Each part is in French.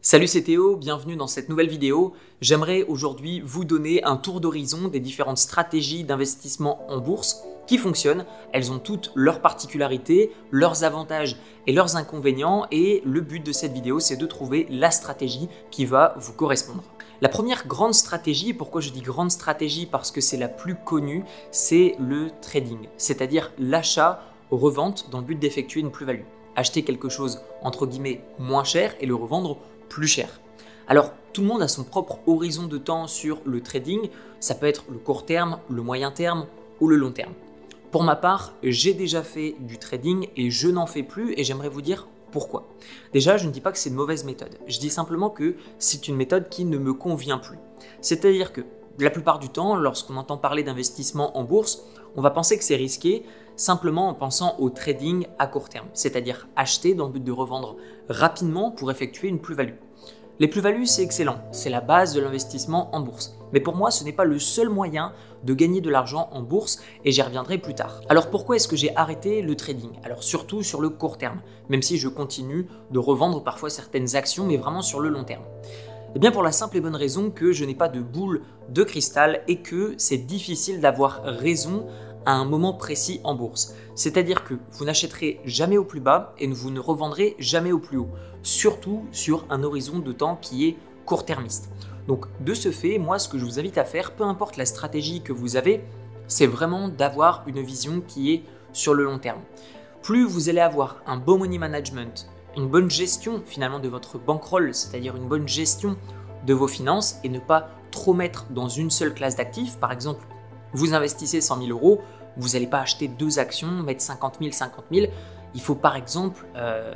Salut, c'est Théo, bienvenue dans cette nouvelle vidéo. J'aimerais aujourd'hui vous donner un tour d'horizon des différentes stratégies d'investissement en bourse qui fonctionnent. Elles ont toutes leurs particularités, leurs avantages et leurs inconvénients, et le but de cette vidéo, c'est de trouver la stratégie qui va vous correspondre. La première grande stratégie, pourquoi je dis grande stratégie? Parce que c'est la plus connue, c'est le trading, c'est-à-dire l'achat-revente dans le but d'effectuer une plus-value. Acheter quelque chose entre guillemets moins cher et le revendre plus cher. Alors, tout le monde a son propre horizon de temps sur le trading. Ça peut être le court terme, le moyen terme ou le long terme. Pour ma part, j'ai déjà fait du trading et je n'en fais plus, et j'aimerais vous dire pourquoi. Déjà, je ne dis pas que c'est une mauvaise méthode. Je dis simplement que c'est une méthode qui ne me convient plus. C'est-à-dire que la plupart du temps, lorsqu'on entend parler d'investissement en bourse, on va penser que c'est risqué simplement en pensant au trading à court terme, c'est-à-dire acheter dans le but de revendre rapidement pour effectuer une plus-value. Les plus-values, c'est excellent, c'est la base de l'investissement en bourse. Mais pour moi, ce n'est pas le seul moyen de gagner de l'argent en bourse, et j'y reviendrai plus tard. Alors pourquoi est-ce que j'ai arrêté le trading? Alors surtout sur le court terme, même si je continue de revendre parfois certaines actions, mais vraiment sur le long terme. Eh bien pour la simple et bonne raison que je n'ai pas de boule de cristal et que c'est difficile d'avoir raison à un moment précis en bourse. C'est-à-dire que vous n'achèterez jamais au plus bas et vous ne revendrez jamais au plus haut, surtout sur un horizon de temps qui est court-termiste. Donc de ce fait, moi ce que je vous invite à faire, peu importe la stratégie que vous avez, c'est vraiment d'avoir une vision qui est sur le long terme. Plus vous allez avoir un bon money management, une bonne gestion finalement de votre bankroll, c'est-à-dire une bonne gestion de vos finances et ne pas trop mettre dans une seule classe d'actifs. Par exemple, vous investissez 100 000 euros, vous n'allez pas acheter deux actions, mettre 50 000, 50 000. Il faut par exemple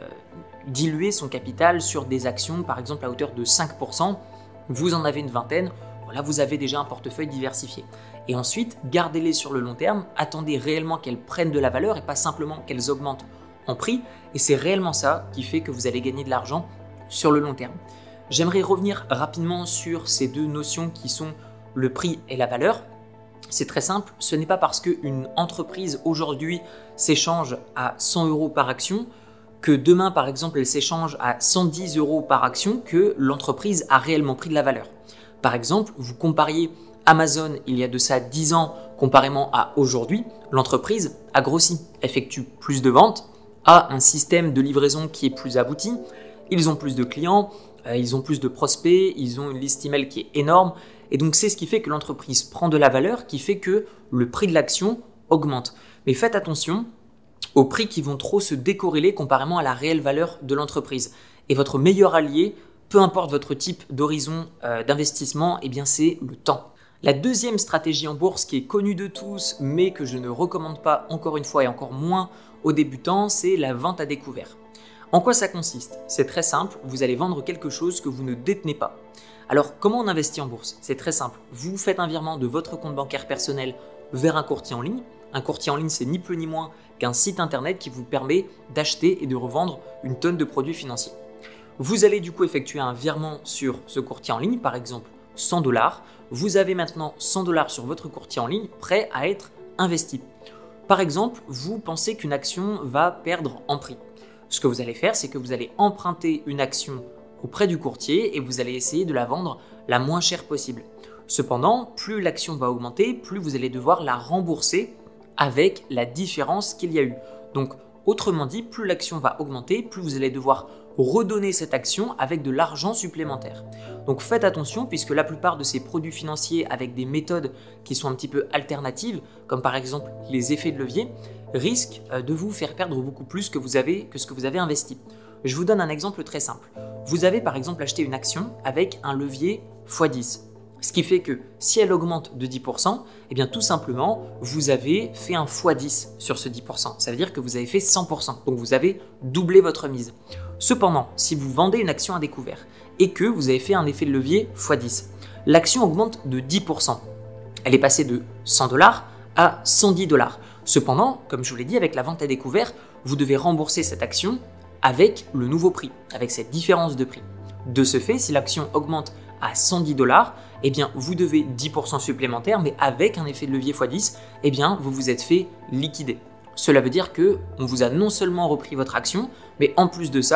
diluer son capital sur des actions, par exemple à hauteur de 5%. Vous en avez une vingtaine, voilà, vous avez déjà un portefeuille diversifié. Et ensuite, gardez-les sur le long terme, attendez réellement qu'elles prennent de la valeur et pas simplement qu'elles augmentent en prix. Et c'est réellement ça qui fait que vous allez gagner de l'argent sur le long terme. J'aimerais revenir rapidement sur ces deux notions qui sont le prix et la valeur. C'est très simple, ce n'est pas parce qu'une entreprise aujourd'hui s'échange à 100 euros par action que demain par exemple elle s'échange à 110 euros par action que l'entreprise a réellement pris de la valeur. Par exemple, vous compariez Amazon il y a de ça 10 ans comparément à aujourd'hui, l'entreprise a grossi, effectue plus de ventes, a un système de livraison qui est plus abouti, ils ont plus de clients, ils ont plus de prospects, ils ont une liste email qui est énorme. Et donc c'est ce qui fait que l'entreprise prend de la valeur, qui fait que le prix de l'action augmente. Mais faites attention aux prix qui vont trop se décorréler comparément à la réelle valeur de l'entreprise. Et votre meilleur allié, peu importe votre type d'horizon d'investissement, eh bien c'est le temps. La deuxième stratégie en bourse qui est connue de tous, mais que je ne recommande pas encore une fois et encore moins aux débutants, c'est la vente à découvert. En quoi ça consiste? C'est très simple, vous allez vendre quelque chose que vous ne détenez pas. Alors, comment on investit en bourse? C'est très simple. Vous faites un virement de votre compte bancaire personnel vers un courtier en ligne. Un courtier en ligne, c'est ni plus ni moins qu'un site internet qui vous permet d'acheter et de revendre une tonne de produits financiers. Vous allez du coup effectuer un virement sur ce courtier en ligne, par exemple 100 $. Vous avez maintenant 100 $ sur votre courtier en ligne prêt à être investi. Par exemple, vous pensez qu'une action va perdre en prix. Ce que vous allez faire, c'est que vous allez emprunter une action auprès du courtier et vous allez essayer de la vendre la moins chère possible. Cependant, plus l'action va augmenter, plus vous allez devoir la rembourser avec la différence qu'il y a eu. Donc, autrement dit, plus l'action va augmenter, plus vous allez devoir redonner cette action avec de l'argent supplémentaire. Donc faites attention, puisque la plupart de ces produits financiers avec des méthodes qui sont un petit peu alternatives, comme par exemple les effets de levier, risquent de vous faire perdre beaucoup plus que ce que vous avez investi. Je vous donne un exemple très simple. Vous avez par exemple acheté une action avec un levier x10. Ce qui fait que si elle augmente de 10%, eh bien tout simplement, vous avez fait un x10 sur ce 10%. Ça veut dire que vous avez fait 100%. Donc vous avez doublé votre mise. Cependant, si vous vendez une action à découvert et que vous avez fait un effet de levier x10, l'action augmente de 10%. Elle est passée de 100 $ à 110 $. Cependant, comme je vous l'ai dit, avec la vente à découvert, vous devez rembourser cette action avec le nouveau prix, avec cette différence de prix. De ce fait, si l'action augmente à 110 $, eh bien vous devez 10% supplémentaires, mais avec un effet de levier x10, eh bien vous vous êtes fait liquider. Cela veut dire qu'on vous a non seulement repris votre action, mais en plus de ça,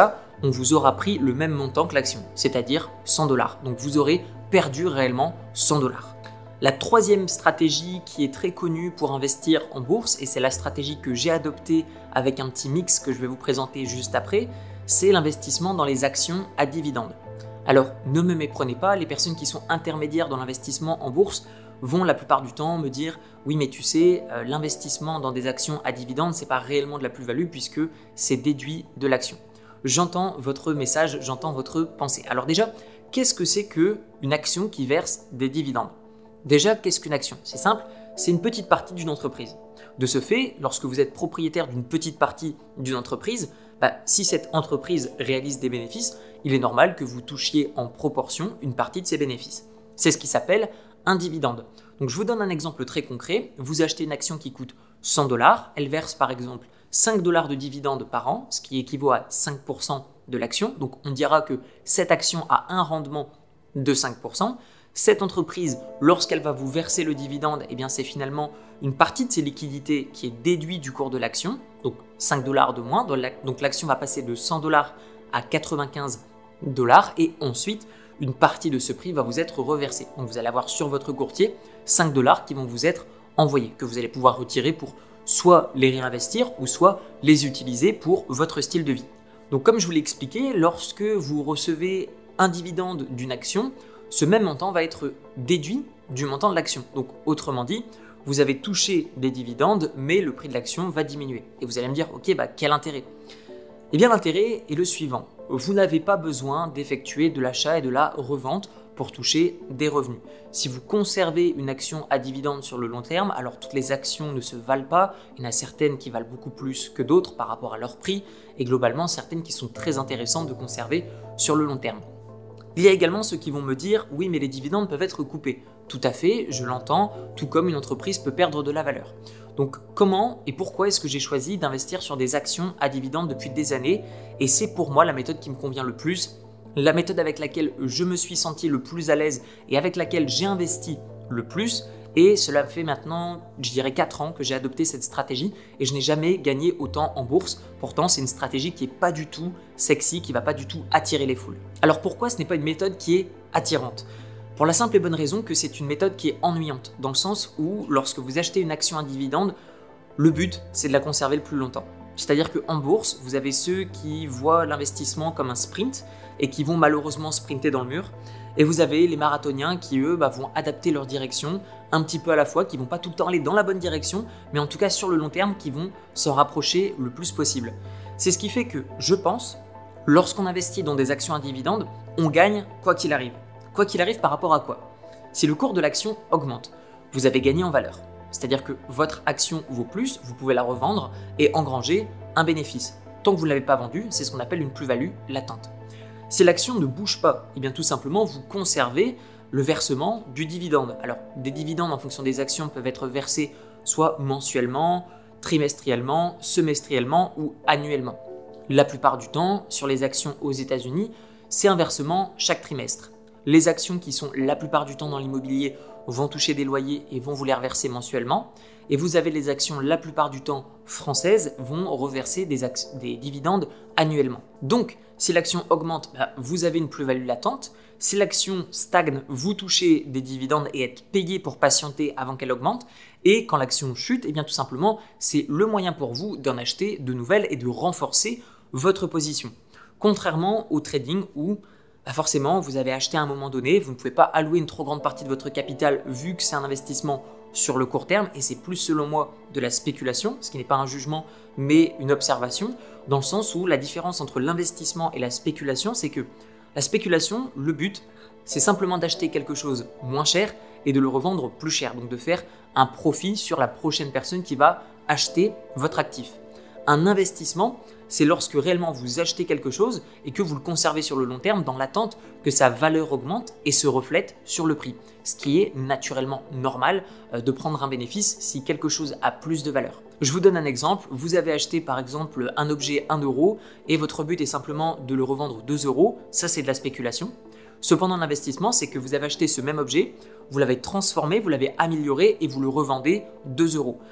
on vous aura pris le même montant que l'action, c'est-à-dire 100 $. Donc vous aurez perdu réellement 100 $. La troisième stratégie qui est très connue pour investir en bourse, et c'est la stratégie que j'ai adoptée avec un petit mix que je vais vous présenter juste après, c'est l'investissement dans les actions à dividendes. Alors ne me méprenez pas, les personnes qui sont intermédiaires dans l'investissement en bourse vont la plupart du temps me dire « Oui mais tu sais, l'investissement dans des actions à dividendes, c'est pas réellement de la plus-value puisque c'est déduit de l'action. » J'entends votre message, j'entends votre pensée. Alors déjà, qu'est-ce que c'est qu'une action qui verse des dividendes ? Déjà, qu'est-ce qu'une action ? C'est simple, c'est une petite partie d'une entreprise. De ce fait, lorsque vous êtes propriétaire d'une petite partie d'une entreprise, si cette entreprise réalise des bénéfices, il est normal que vous touchiez en proportion une partie de ces bénéfices. C'est ce qui s'appelle un dividende. Donc je vous donne un exemple très concret. Vous achetez une action qui coûte 100 $, elle verse par exemple 5 $ de dividendes par an, ce qui équivaut à 5% de l'action. Donc on dira que cette action a un rendement de 5%. Cette entreprise, lorsqu'elle va vous verser le dividende, eh bien c'est finalement une partie de ses liquidités qui est déduite du cours de l'action, donc 5 $ de moins. Donc l'action va passer de 100 $ à 95 $ et ensuite une partie de ce prix va vous être reversée. Donc vous allez avoir sur votre courtier 5 $ qui vont vous être envoyés, que vous allez pouvoir retirer pour soit les réinvestir ou soit les utiliser pour votre style de vie. Donc comme je vous l'ai expliqué, lorsque vous recevez un dividende d'une action, ce même montant va être déduit du montant de l'action. Donc autrement dit, vous avez touché des dividendes, mais le prix de l'action va diminuer. Et vous allez me dire, ok, quel intérêt ? Eh bien l'intérêt est le suivant. Vous n'avez pas besoin d'effectuer de l'achat et de la revente pour toucher des revenus. Si vous conservez une action à dividende sur le long terme, alors toutes les actions ne se valent pas. Il y en a certaines qui valent beaucoup plus que d'autres par rapport à leur prix et globalement certaines qui sont très intéressantes de conserver sur le long terme. Il y a également ceux qui vont me dire « Oui, mais les dividendes peuvent être coupés ». Tout à fait, je l'entends, tout comme une entreprise peut perdre de la valeur. Donc comment et pourquoi est-ce que j'ai choisi d'investir sur des actions à dividendes depuis des années ? Et c'est pour moi la méthode qui me convient le plus, la méthode avec laquelle je me suis senti le plus à l'aise et avec laquelle j'ai investi le plus. Et cela fait maintenant, je dirais 4 ans que j'ai adopté cette stratégie et je n'ai jamais gagné autant en bourse. Pourtant, c'est une stratégie qui n'est pas du tout sexy, qui ne va pas du tout attirer les foules. Alors pourquoi ce n'est pas une méthode qui est attirante ? Pour la simple et bonne raison que c'est une méthode qui est ennuyante, dans le sens où lorsque vous achetez une action à dividende, le but c'est de la conserver le plus longtemps. C'est-à-dire qu'en bourse, vous avez ceux qui voient l'investissement comme un sprint et qui vont malheureusement sprinter dans le mur. Et vous avez les marathoniens qui, eux, vont adapter leur direction un petit peu à la fois, qui vont pas tout le temps aller dans la bonne direction, mais en tout cas sur le long terme, qui vont s'en rapprocher le plus possible. C'est ce qui fait que, je pense, lorsqu'on investit dans des actions à dividendes, on gagne quoi qu'il arrive. Quoi qu'il arrive par rapport à quoi ? Si le cours de l'action augmente, vous avez gagné en valeur. C'est-à-dire que votre action vaut plus, vous pouvez la revendre et engranger un bénéfice. Tant que vous ne l'avez pas vendue, c'est ce qu'on appelle une plus-value latente. Si l'action ne bouge pas, eh bien tout simplement vous conservez le versement du dividende. Alors des dividendes en fonction des actions peuvent être versés soit mensuellement, trimestriellement, semestriellement ou annuellement. La plupart du temps, sur les actions aux États-Unis, c'est un versement chaque trimestre. Les actions qui sont la plupart du temps dans l'immobilier vont toucher des loyers et vont vous les reverser mensuellement. Et vous avez les actions la plupart du temps françaises vont reverser des dividendes annuellement. Donc, si l'action augmente, vous avez une plus-value latente. Si l'action stagne, vous touchez des dividendes et êtes payé pour patienter avant qu'elle augmente. Et quand l'action chute, eh bien tout simplement, c'est le moyen pour vous d'en acheter de nouvelles et de renforcer votre position. Contrairement au trading où forcément vous avez acheté à un moment donné, vous ne pouvez pas allouer une trop grande partie de votre capital vu que c'est un investissement sur le court terme et c'est plus selon moi de la spéculation, ce qui n'est pas un jugement mais une observation, dans le sens où la différence entre l'investissement et la spéculation, c'est que la spéculation, le but, c'est simplement d'acheter quelque chose moins cher et de le revendre plus cher, donc de faire un profit sur la prochaine personne qui va acheter votre actif. Un investissement, c'est lorsque réellement vous achetez quelque chose et que vous le conservez sur le long terme dans l'attente que sa valeur augmente et se reflète sur le prix. Ce qui est naturellement normal de prendre un bénéfice si quelque chose a plus de valeur. Je vous donne un exemple. Vous avez acheté par exemple un objet 1 € et votre but est simplement de le revendre 2 €. Ça, c'est de la spéculation. Cependant, l'investissement, c'est que vous avez acheté ce même objet, vous l'avez transformé, vous l'avez amélioré et vous le revendez 2 €.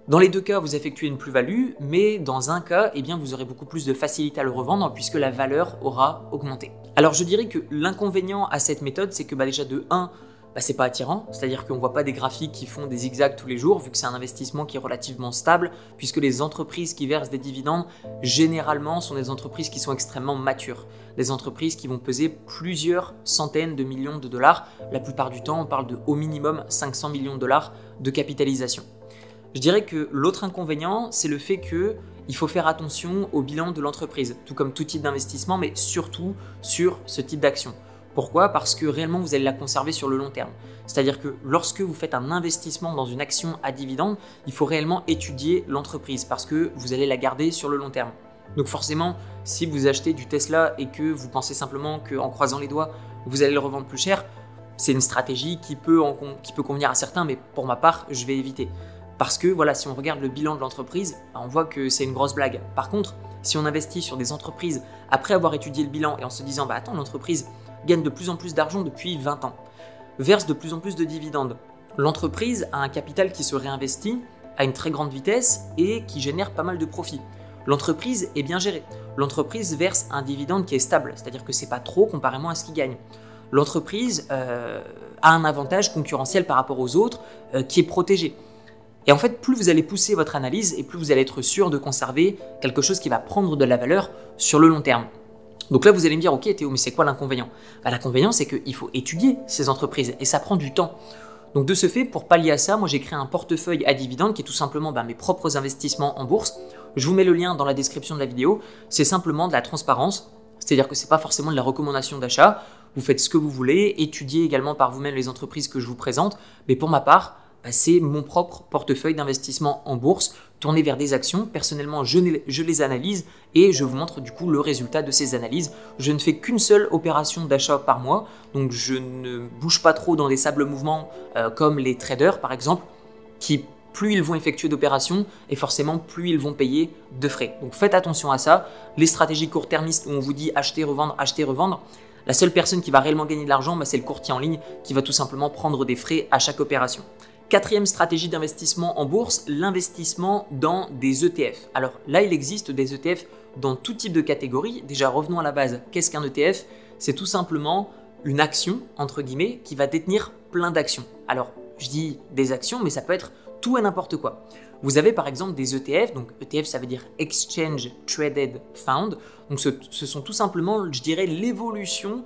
Dans les deux cas, vous effectuez une plus-value, mais dans un cas, eh bien, vous aurez beaucoup plus de facilité à le revendre puisque la valeur aura augmenté. Alors je dirais que l'inconvénient à cette méthode, c'est que déjà de 1, c'est pas attirant, c'est-à-dire qu'on ne voit pas des graphiques qui font des zigzags tous les jours, vu que c'est un investissement qui est relativement stable, puisque les entreprises qui versent des dividendes, généralement, sont des entreprises qui sont extrêmement matures, des entreprises qui vont peser plusieurs centaines de millions de dollars. La plupart du temps, on parle de au minimum 500 millions de dollars de capitalisation. Je dirais que l'autre inconvénient, c'est le fait qu'il faut faire attention au bilan de l'entreprise, tout comme tout type d'investissement, mais surtout sur ce type d'action. Pourquoi ? Parce que réellement, vous allez la conserver sur le long terme. C'est-à-dire que lorsque vous faites un investissement dans une action à dividende, il faut réellement étudier l'entreprise parce que vous allez la garder sur le long terme. Donc forcément, si vous achetez du Tesla et que vous pensez simplement qu'en croisant les doigts, vous allez le revendre plus cher, c'est une stratégie qui peut convenir à certains, mais pour ma part, je vais éviter. Parce que voilà, si on regarde le bilan de l'entreprise, on voit que c'est une grosse blague. Par contre, si on investit sur des entreprises après avoir étudié le bilan et en se disant attends, l'entreprise gagne de plus en plus d'argent depuis 20 ans, verse de plus en plus de dividendes. L'entreprise a un capital qui se réinvestit à une très grande vitesse et qui génère pas mal de profits. L'entreprise est bien gérée. L'entreprise verse un dividende qui est stable, c'est-à-dire que c'est pas trop comparément à ce qu'il gagne. L'entreprise a un avantage concurrentiel par rapport aux autres qui est protégé. Et en fait, plus vous allez pousser votre analyse et plus vous allez être sûr de conserver quelque chose qui va prendre de la valeur sur le long terme. Donc là, vous allez me dire, ok Théo, mais c'est quoi l'inconvénient ? L'inconvénient, c'est qu'il faut étudier ces entreprises et ça prend du temps. Donc de ce fait, pour pallier à ça, moi j'ai créé un portefeuille à dividendes qui est tout simplement mes propres investissements en bourse. Je vous mets le lien dans la description de la vidéo. C'est simplement de la transparence, c'est-à-dire que ce n'est pas forcément de la recommandation d'achat. Vous faites ce que vous voulez, étudiez également par vous-même les entreprises que je vous présente. Mais pour ma part, c'est mon propre portefeuille d'investissement en bourse, tourné vers des actions. Personnellement, je les analyse et je vous montre du coup le résultat de ces analyses. Je ne fais qu'une seule opération d'achat par mois, donc je ne bouge pas trop dans des sables mouvements comme les traders par exemple, qui plus ils vont effectuer d'opérations et forcément plus ils vont payer de frais. Donc faites attention à ça. Les stratégies court-termistes où on vous dit acheter, revendre, la seule personne qui va réellement gagner de l'argent, c'est le courtier en ligne qui va tout simplement prendre des frais à chaque opération. Quatrième stratégie d'investissement en bourse, l'investissement dans des ETF. Alors là, il existe des ETF dans tout type de catégorie. Déjà, revenons à la base. Qu'est-ce qu'un ETF ? C'est tout simplement une action, entre guillemets, qui va détenir plein d'actions. Alors, je dis des actions, mais ça peut être tout et n'importe quoi. Vous avez par exemple des ETF, donc ETF ça veut dire Exchange Traded Fund, donc ce sont tout simplement, je dirais, l'évolution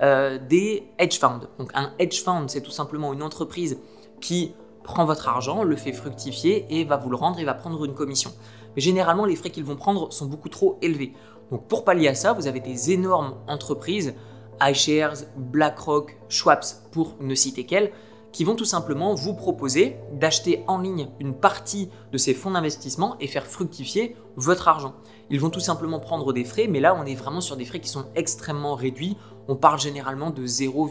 des hedge funds. Donc un hedge fund, c'est tout simplement une entreprise qui prend votre argent, le fait fructifier et va vous le rendre et va prendre une commission. Mais généralement, les frais qu'ils vont prendre sont beaucoup trop élevés. Donc pour pallier à ça, vous avez des énormes entreprises, iShares, BlackRock, Schwab, pour ne citer qu'elles, qui vont tout simplement vous proposer d'acheter en ligne une partie de ces fonds d'investissement et faire fructifier votre argent. Ils vont tout simplement prendre des frais, mais là on est vraiment sur des frais qui sont extrêmement réduits. On parle généralement de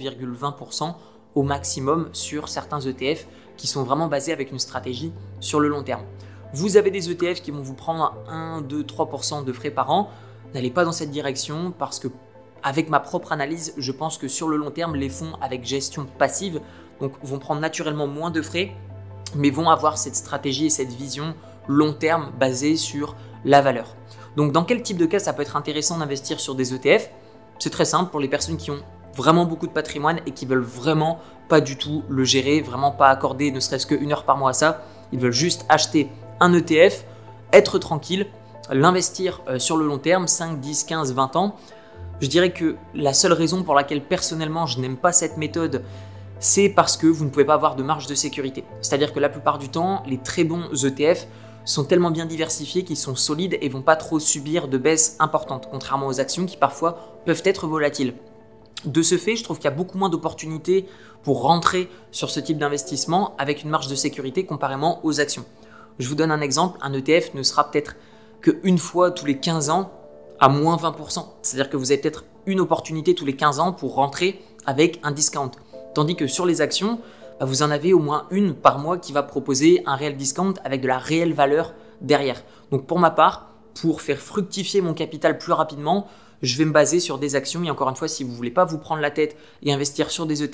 0,20% au maximum sur certains ETF qui sont vraiment basés avec une stratégie sur le long terme. Vous avez des ETF qui vont vous prendre 1, 2, 3% de frais par an. N'allez pas dans cette direction parce que avec ma propre analyse, je pense que sur le long terme, les fonds avec gestion passive vont prendre naturellement moins de frais, mais vont avoir cette stratégie et cette vision long terme basée sur la valeur. Donc dans quel type de cas ça peut être intéressant d'investir sur des ETF ? C'est très simple pour les personnes qui ont vraiment beaucoup de patrimoine et qui veulent vraiment pas du tout le gérer, vraiment pas accorder ne serait-ce qu'une heure par mois à ça. Ils veulent juste acheter un ETF, être tranquille, l'investir sur le long terme, 5, 10, 15, 20 ans. Je dirais que la seule raison pour laquelle personnellement je n'aime pas cette méthode, c'est parce que vous ne pouvez pas avoir de marge de sécurité. C'est-à-dire que la plupart du temps, les très bons ETF sont tellement bien diversifiés qu'ils sont solides et ne vont pas trop subir de baisses importantes, contrairement aux actions qui parfois peuvent être volatiles. De ce fait, je trouve qu'il y a beaucoup moins d'opportunités pour rentrer sur ce type d'investissement avec une marge de sécurité comparément aux actions. Je vous donne un exemple, un ETF ne sera peut-être qu'une fois tous les 15 ans à moins 20%. C'est-à-dire que vous avez peut-être une opportunité tous les 15 ans pour rentrer avec un discount. Tandis que sur les actions, vous en avez au moins une par mois qui va proposer un réel discount avec de la réelle valeur derrière. Donc pour ma part, pour faire fructifier mon capital plus rapidement, je vais me baser sur des actions. Et encore une fois, si vous ne voulez pas vous prendre la tête et investir sur des ETF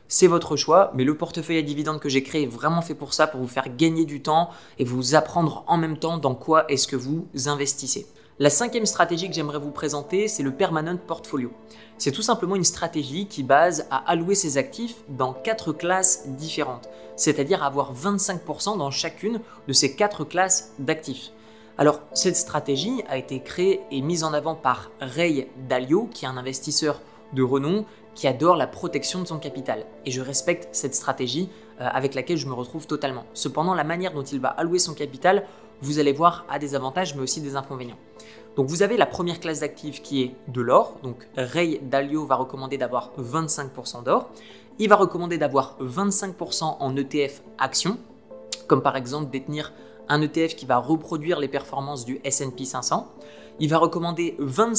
c'est votre choix, mais le portefeuille à dividendes que j'ai créé est vraiment fait pour ça, pour vous faire gagner du temps et vous apprendre en même temps dans quoi est-ce que vous investissez. La cinquième stratégie que j'aimerais vous présenter, c'est le Permanent Portfolio. C'est tout simplement une stratégie qui base à allouer ses actifs dans 4 classes différentes, c'est-à-dire avoir 25% dans chacune de ces 4 classes d'actifs. Alors, cette stratégie a été créée et mise en avant par Ray Dalio, qui est un investisseur de renom qui adore la protection de son capital. Et je respecte cette stratégie avec laquelle je me retrouve totalement. Cependant, la manière dont il va allouer son capital, vous allez voir, a des avantages mais aussi des inconvénients. Donc vous avez la première classe d'actifs qui est de l'or. Donc Ray Dalio va recommander d'avoir 25% d'or. Il va recommander d'avoir 25% en ETF actions, comme par exemple détenir un ETF qui va reproduire les performances du S&P 500. Il va recommander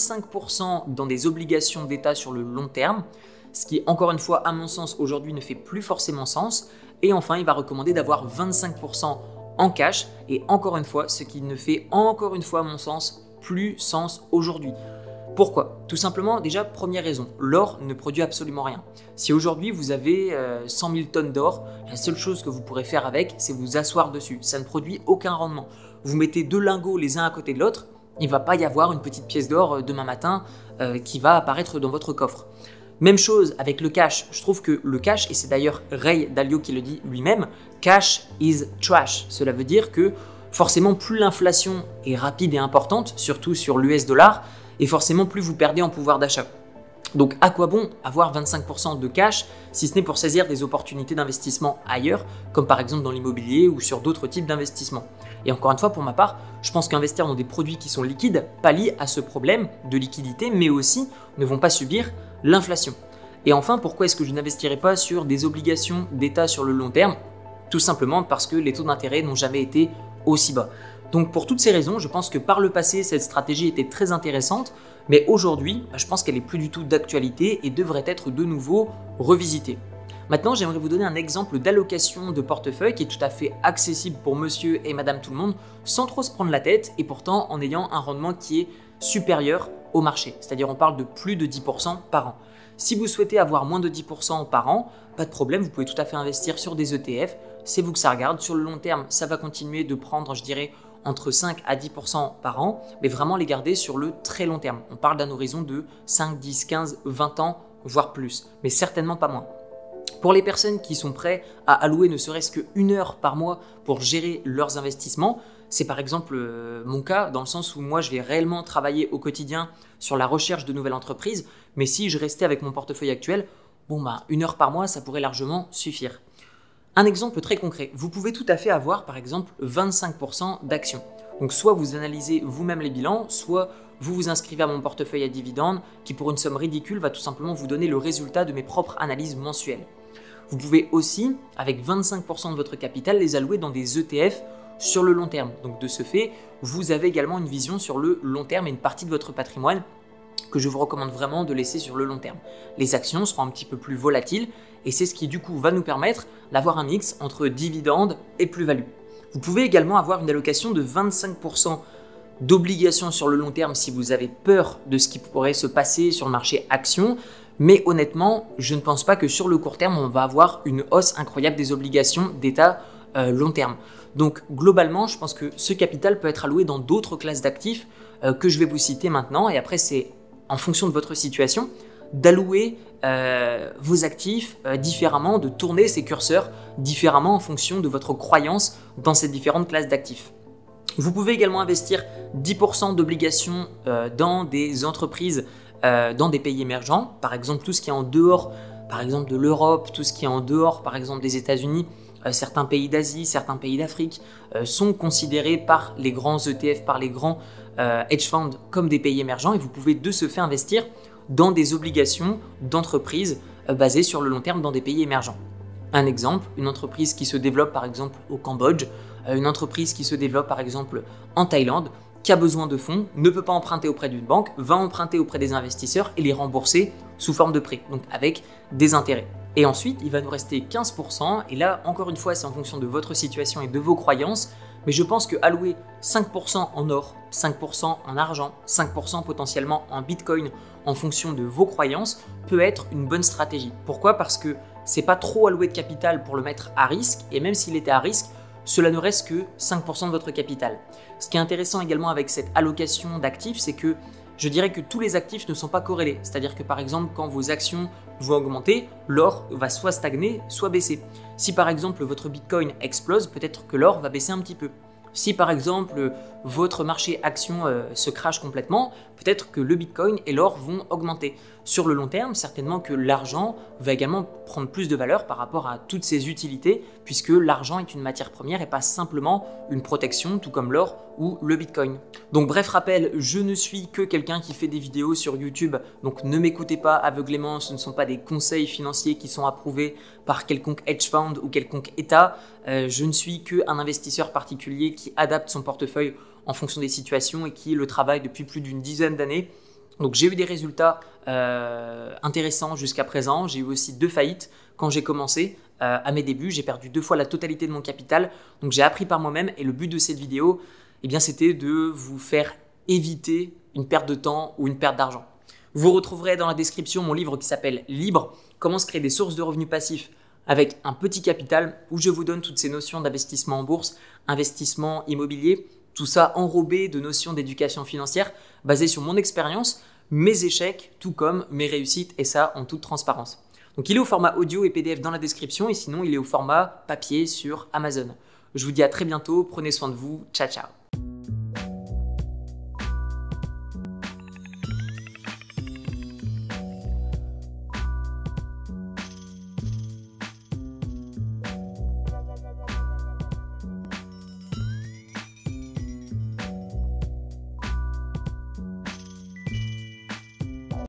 25% dans des obligations d'État sur le long terme, ce qui, encore une fois, à mon sens, aujourd'hui ne fait plus forcément sens. Et enfin, il va recommander d'avoir 25% en cash. Et encore une fois, ce qui ne fait encore une fois, à mon sens, plus sens aujourd'hui. Pourquoi? Tout simplement, déjà, première raison, l'or ne produit absolument rien. Si aujourd'hui vous avez 100 000 tonnes d'or, la seule chose que vous pourrez faire avec, c'est vous asseoir dessus. Ça ne produit aucun rendement. Vous mettez 2 lingots les uns à côté de l'autre, il ne va pas y avoir une petite pièce d'or demain matin qui va apparaître dans votre coffre. Même chose avec le cash. Je trouve que le cash, et c'est d'ailleurs Ray Dalio qui le dit lui-même, cash is trash. Cela veut dire que forcément, plus l'inflation est rapide et importante, surtout sur l'US dollar, et forcément plus vous perdez en pouvoir d'achat. Donc à quoi bon avoir 25% de cash si ce n'est pour saisir des opportunités d'investissement ailleurs, comme par exemple dans l'immobilier ou sur d'autres types d'investissements. Et encore une fois, pour ma part, je pense qu'investir dans des produits qui sont liquides pallie à ce problème de liquidité, mais aussi ne vont pas subir l'inflation. Et enfin, pourquoi est-ce que je n'investirais pas sur des obligations d'État sur le long terme? Tout simplement parce que les taux d'intérêt n'ont jamais été aussi bas. Donc pour toutes ces raisons, je pense que par le passé, cette stratégie était très intéressante, mais aujourd'hui, je pense qu'elle est plus du tout d'actualité et devrait être de nouveau revisitée. Maintenant, j'aimerais vous donner un exemple d'allocation de portefeuille qui est tout à fait accessible pour monsieur et madame tout le monde, sans trop se prendre la tête et pourtant en ayant un rendement qui est supérieur au marché. C'est-à-dire on parle de plus de 10% par an. Si vous souhaitez avoir moins de 10% par an, pas de problème, vous pouvez tout à fait investir sur des ETF. C'est vous que ça regarde. Sur le long terme, ça va continuer de prendre, je dirais, entre 5 à 10% par an, mais vraiment les garder sur le très long terme. On parle d'un horizon de 5, 10, 15, 20 ans, voire plus, mais certainement pas moins. Pour les personnes qui sont prêtes à allouer ne serait-ce qu'une heure par mois pour gérer leurs investissements, c'est par exemple mon cas, dans le sens où moi je vais réellement travailler au quotidien sur la recherche de nouvelles entreprises, mais si je restais avec mon portefeuille actuel, une heure par mois, ça pourrait largement suffire. Un exemple très concret, vous pouvez tout à fait avoir par exemple 25% d'actions. Donc soit vous analysez vous-même les bilans, soit vous vous inscrivez à mon portefeuille à dividendes qui pour une somme ridicule va tout simplement vous donner le résultat de mes propres analyses mensuelles. Vous pouvez aussi, avec 25% de votre capital, les allouer dans des ETF sur le long terme. Donc de ce fait, vous avez également une vision sur le long terme et une partie de votre patrimoine que je vous recommande vraiment de laisser sur le long terme. Les actions seront un petit peu plus volatiles et c'est ce qui du coup va nous permettre d'avoir un mix entre dividendes et plus-value. Vous pouvez également avoir une allocation de 25% d'obligations sur le long terme si vous avez peur de ce qui pourrait se passer sur le marché actions. Mais honnêtement, je ne pense pas que sur le court terme, on va avoir une hausse incroyable des obligations d'État long terme. Donc globalement, je pense que ce capital peut être alloué dans d'autres classes d'actifs que je vais vous citer maintenant. Et après, c'est en fonction de votre situation d'allouer vos actifs différemment, de tourner ces curseurs différemment en fonction de votre croyance dans ces différentes classes d'actifs. Vous pouvez également investir 10% d'obligations dans des entreprises dans des pays émergents, par exemple tout ce qui est en dehors par exemple de l'Europe, tout ce qui est en dehors par exemple des États-Unis, certains pays d'Asie, certains pays d'Afrique sont considérés par les grands ETF, par les grands hedge funds comme des pays émergents et vous pouvez de ce fait investir dans des obligations d'entreprises basées sur le long terme dans des pays émergents. Un exemple, une entreprise qui se développe par exemple au Cambodge, une entreprise qui se développe par exemple en Thaïlande, qui a besoin de fonds, ne peut pas emprunter auprès d'une banque, va emprunter auprès des investisseurs et les rembourser sous forme de prêt, donc avec des intérêts. Et ensuite, il va nous rester 15%, et là, encore une fois, c'est en fonction de votre situation et de vos croyances, mais je pense que allouer 5% en or, 5% en argent, 5% potentiellement en bitcoin, en fonction de vos croyances, peut être une bonne stratégie. Pourquoi? Parce que c'est pas trop alloué de capital pour le mettre à risque, et même s'il était à risque, cela ne reste que 5% de votre capital. Ce qui est intéressant également avec cette allocation d'actifs, c'est que je dirais que tous les actifs ne sont pas corrélés. C'est-à-dire que par exemple, quand vos actions vont augmenter, l'or va soit stagner, soit baisser. Si par exemple votre Bitcoin explose, peut-être que l'or va baisser un petit peu. Si par exemple votre marché action se crache complètement, peut-être que le Bitcoin et l'or vont augmenter. Sur le long terme, certainement que l'argent va également prendre plus de valeur par rapport à toutes ses utilités, puisque l'argent est une matière première et pas simplement une protection, tout comme l'or ou le Bitcoin. Donc bref rappel, je ne suis que quelqu'un qui fait des vidéos sur YouTube, donc ne m'écoutez pas aveuglément, ce ne sont pas des conseils financiers qui sont approuvés par quelconque hedge fund ou quelconque État. Je ne suis qu'un investisseur particulier qui adapte son portefeuille en fonction des situations et qui le travaille depuis plus d'une dizaine d'années. Donc j'ai eu des résultats intéressants jusqu'à présent. J'ai eu aussi 2 faillites quand j'ai commencé à mes débuts. J'ai perdu 2 fois la totalité de mon capital. Donc j'ai appris par moi-même et le but de cette vidéo, eh bien, c'était de vous faire éviter une perte de temps ou une perte d'argent. Vous retrouverez dans la description mon livre qui s'appelle Libre, comment se créer des sources de revenus passifs avec un petit capital, où je vous donne toutes ces notions d'investissement en bourse, investissement immobilier, tout ça enrobé de notions d'éducation financière basées sur mon expérience, mes échecs, tout comme mes réussites, et ça en toute transparence. Donc il est au format audio et PDF dans la description, et sinon il est au format papier sur Amazon. Je vous dis à très bientôt, prenez soin de vous, ciao ciao.